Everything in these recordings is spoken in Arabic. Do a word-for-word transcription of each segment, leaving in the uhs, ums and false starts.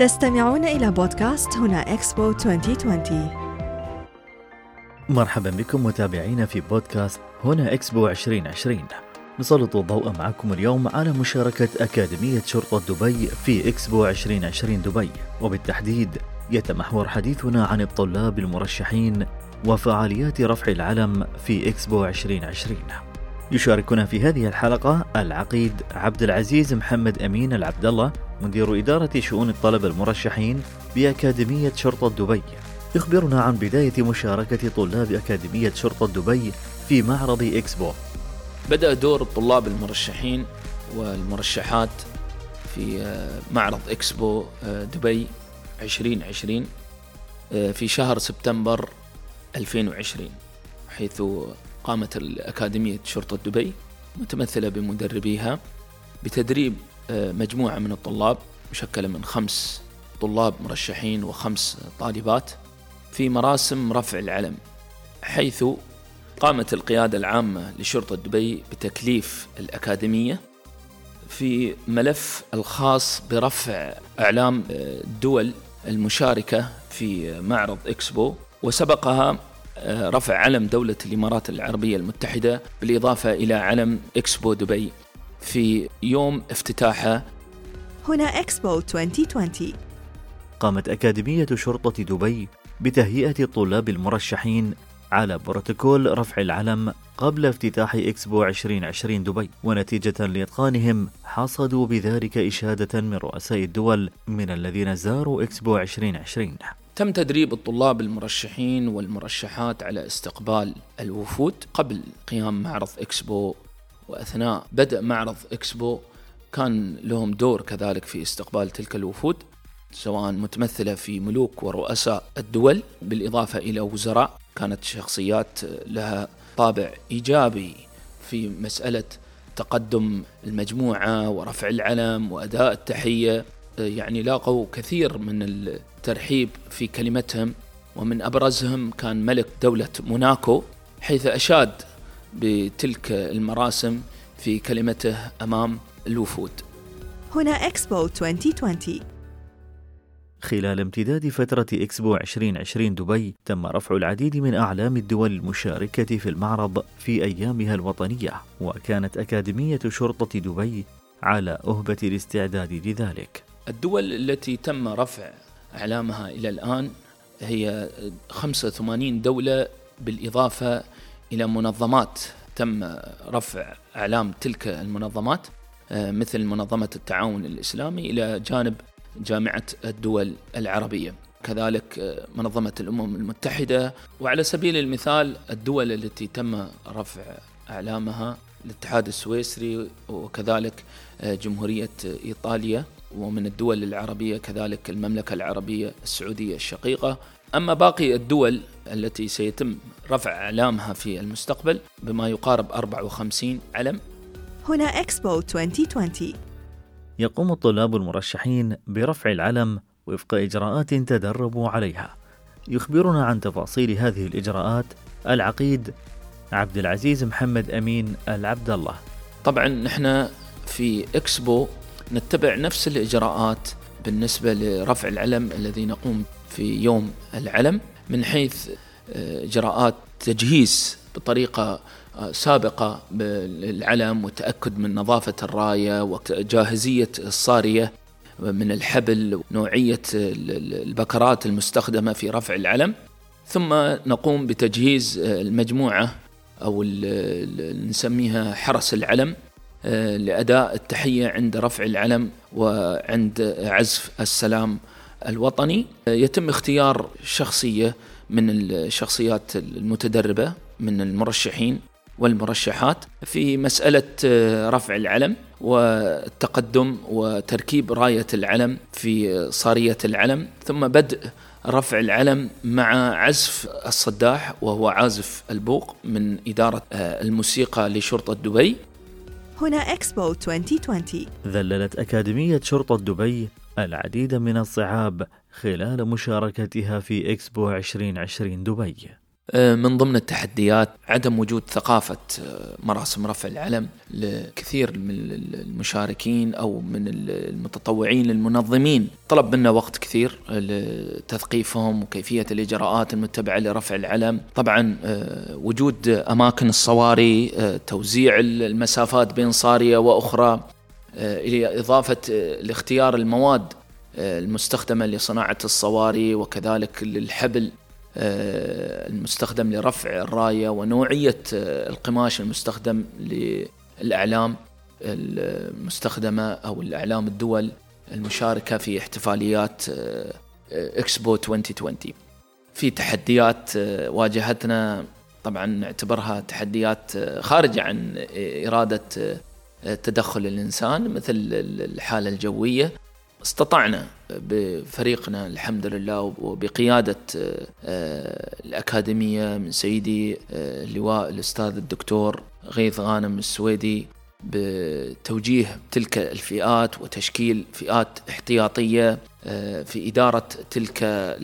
تستمعون إلى بودكاست هنا إكسبو ألفين وعشرين. مرحبا بكم متابعين في بودكاست هنا إكسبو عشرين عشرين. نسلط الضوء معكم اليوم على مشاركة أكاديمية شرطة دبي في إكسبو عشرين عشرين دبي، وبالتحديد يتمحور حديثنا عن الطلاب المرشحين وفعاليات رفع العلم في إكسبو عشرين عشرين. يشاركنا في هذه الحلقة العقيد عبد العزيز محمد أمين العبد الله، مدير إدارة شؤون الطلبة المرشحين بأكاديمية شرطة دبي، يخبرنا عن بداية مشاركة طلاب أكاديمية شرطة دبي في معرض إكسبو. بدأ دور الطلاب المرشحين والمرشحات في معرض إكسبو دبي عشرين عشرين في شهر سبتمبر ألفين وعشرين، حيث قامت الأكاديمية شرطة دبي متمثلة بمدربيها بتدريب مجموعة من الطلاب مشكلة من خمس طلاب مرشحين وخمس طالبات في مراسم رفع العلم، حيث قامت القيادة العامة لشرطة دبي بتكليف الأكاديمية في ملف الخاص برفع أعلام الدول المشاركة في معرض إكسبو، وسبقها رفع علم دولة الإمارات العربية المتحدة بالإضافة إلى علم إكسبو دبي في يوم افتتاحها هنا إكسبو ألفين وعشرين. قامت أكاديمية شرطة دبي بتهيئة الطلاب المرشحين على بروتوكول رفع العلم قبل افتتاح إكسبو عشرين عشرين دبي، ونتيجة لإتقانهم حصدوا بذلك إشادة من رؤساء الدول من الذين زاروا إكسبو عشرين عشرين. تم تدريب الطلاب المرشحين والمرشحات على استقبال الوفود قبل قيام معرض إكسبو، وأثناء بدء معرض إكسبو كان لهم دور كذلك في استقبال تلك الوفود، سواء متمثلة في ملوك ورؤساء الدول بالإضافة إلى وزراء، كانت شخصيات لها طابع إيجابي في مسألة تقدم المجموعة ورفع العلم وأداء التحية، يعني لاقوا كثير من الترحيب في كلمتهم، ومن أبرزهم كان ملك دولة موناكو، حيث أشاد بتلك المراسم في كلمته أمام الوفود. هنا إكسبو ألفين وعشرين. خلال امتداد فترة إكسبو عشرين عشرين دبي تم رفع العديد من أعلام الدول المشاركة في المعرض في أيامها الوطنية، وكانت أكاديمية شرطة دبي على أهبة الاستعداد لذلك. الدول التي تم رفع أعلامها إلى الآن هي خمسة وثمانين دولة، بالإضافة إلى منظمات تم رفع أعلام تلك المنظمات مثل منظمة التعاون الإسلامي إلى جانب جامعة الدول العربية، كذلك منظمة الأمم المتحدة، وعلى سبيل المثال الدول التي تم رفع أعلامها الاتحاد السويسري وكذلك جمهورية إيطاليا، ومن الدول العربية كذلك المملكة العربية السعودية الشقيقة. أما باقي الدول التي سيتم رفع أعلامها في المستقبل بما يقارب أربعة وخمسين علم. هنا إكسبو ألفين وعشرين. يقوم الطلاب المرشحين برفع العلم وفق إجراءات تدربوا عليها. يخبرنا عن تفاصيل هذه الإجراءات العقيد عبد العزيز محمد أمين العبد الله. طبعا نحن في إكسبو نتبع نفس الإجراءات بالنسبة لرفع العلم الذي نقوم في يوم العلم، من حيث إجراءات تجهيز بطريقة سابقة بالعلم وتأكد من نظافة الراية وجاهزية الصارية من الحبل ونوعية البكرات المستخدمة في رفع العلم، ثم نقوم بتجهيز المجموعة أو نسميها حرس العلم لأداء التحية عند رفع العلم وعند عزف السلام الوطني. يتم اختيار شخصية من الشخصيات المتدربة من المرشحين والمرشحات في مسألة رفع العلم والتقدم وتركيب راية العلم في صارية العلم، ثم بدء رفع العلم مع عزف الصداح وهو عازف البوق من إدارة الموسيقى لشرطة دبي. هنا إكسبو ألفين وعشرين. ذللت أكاديمية شرطة دبي العديد من الصعاب خلال مشاركتها في إكسبو عشرين عشرين دبي. من ضمن التحديات عدم وجود ثقافة مراسم رفع العلم لكثير من المشاركين أو من المتطوعين المنظمين. طلب منا وقت كثير لتثقيفهم وكيفية الإجراءات المتبعة لرفع العلم. طبعا وجود أماكن الصواري، توزيع المسافات بين صارية وأخرى، إلى إضافة لاختيار المواد المستخدمة لصناعة الصواري وكذلك للحبل المستخدم لرفع الراية، ونوعية القماش المستخدم للأعلام المستخدمة أو الأعلام الدول المشاركة في احتفاليات إكسبو ألفين وعشرين. في تحديات واجهتنا طبعا نعتبرها تحديات خارجة عن إرادة تدخل الإنسان، مثل الحالة الجوية. استطعنا بفريقنا الحمد لله وبقيادة الأكاديمية من سيدي اللواء الأستاذ الدكتور غيث غانم السويدي بتوجيه تلك الفئات وتشكيل فئات احتياطية في إدارة تلك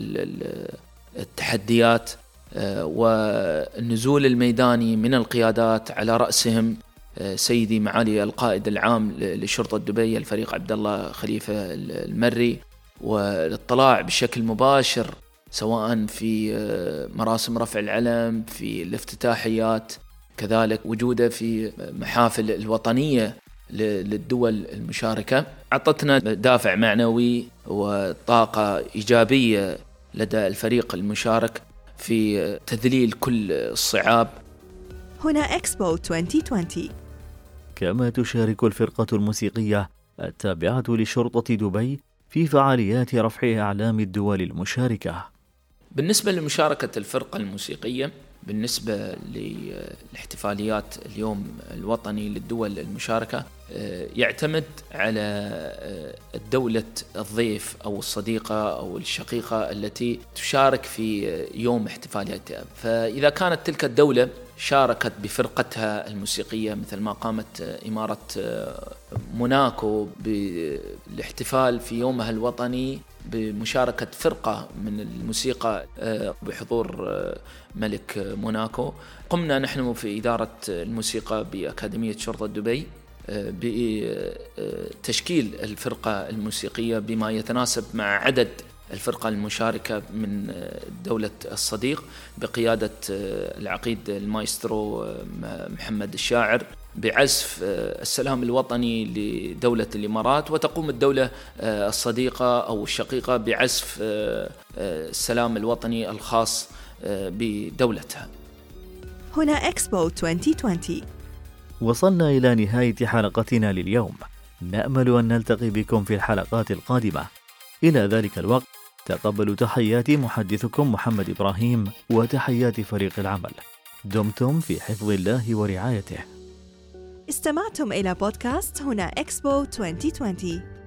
التحديات والنزول الميداني من القيادات، على رأسهم سيدي معالي القائد العام لشرطة دبي الفريق عبد الله خليفة المري، والاطلاع بشكل مباشر سواء في مراسم رفع العلم، في الافتتاحيات، كذلك وجوده في محافل الوطنية للدول المشاركة، أعطتنا دافع معنوي وطاقة إيجابية لدى الفريق المشارك في تذليل كل الصعاب. هنا إكسبو ألفين وعشرين. كما تشارك الفرقة الموسيقية التابعة لشرطة دبي في فعاليات رفع أعلام الدول المشاركة. بالنسبة لمشاركة الفرقة الموسيقية بالنسبة لاحتفاليات اليوم الوطني للدول المشاركة، يعتمد على الدولة الضيف أو الصديقة أو الشقيقة التي تشارك في يوم احتفالياتها. فإذا كانت تلك الدولة شاركت بفرقتها الموسيقية، مثل ما قامت إمارة موناكو بالاحتفال في يومها الوطني بمشاركة فرقة من الموسيقى بحضور ملك موناكو، قمنا نحن في إدارة الموسيقى بأكاديمية شرطة دبي بتشكيل الفرقة الموسيقية بما يتناسب مع عدد الفرقة المشاركة من دولة الصديق بقيادة العقيد المايسترو محمد الشاعر، بعزف السلام الوطني لدولة الإمارات، وتقوم الدولة الصديقة أو الشقيقة بعزف السلام الوطني الخاص بدولتها. هنا إكسبو ألفين وعشرين. وصلنا إلى نهاية حلقتنا لليوم، نأمل أن نلتقي بكم في الحلقات القادمة. إلى ذلك الوقت تقبلوا تحيات محدثكم محمد إبراهيم وتحيات فريق العمل. دمتم في حفظ الله ورعايته. استمعتم إلى بودكاست هنا إكسبو ألفين وعشرين.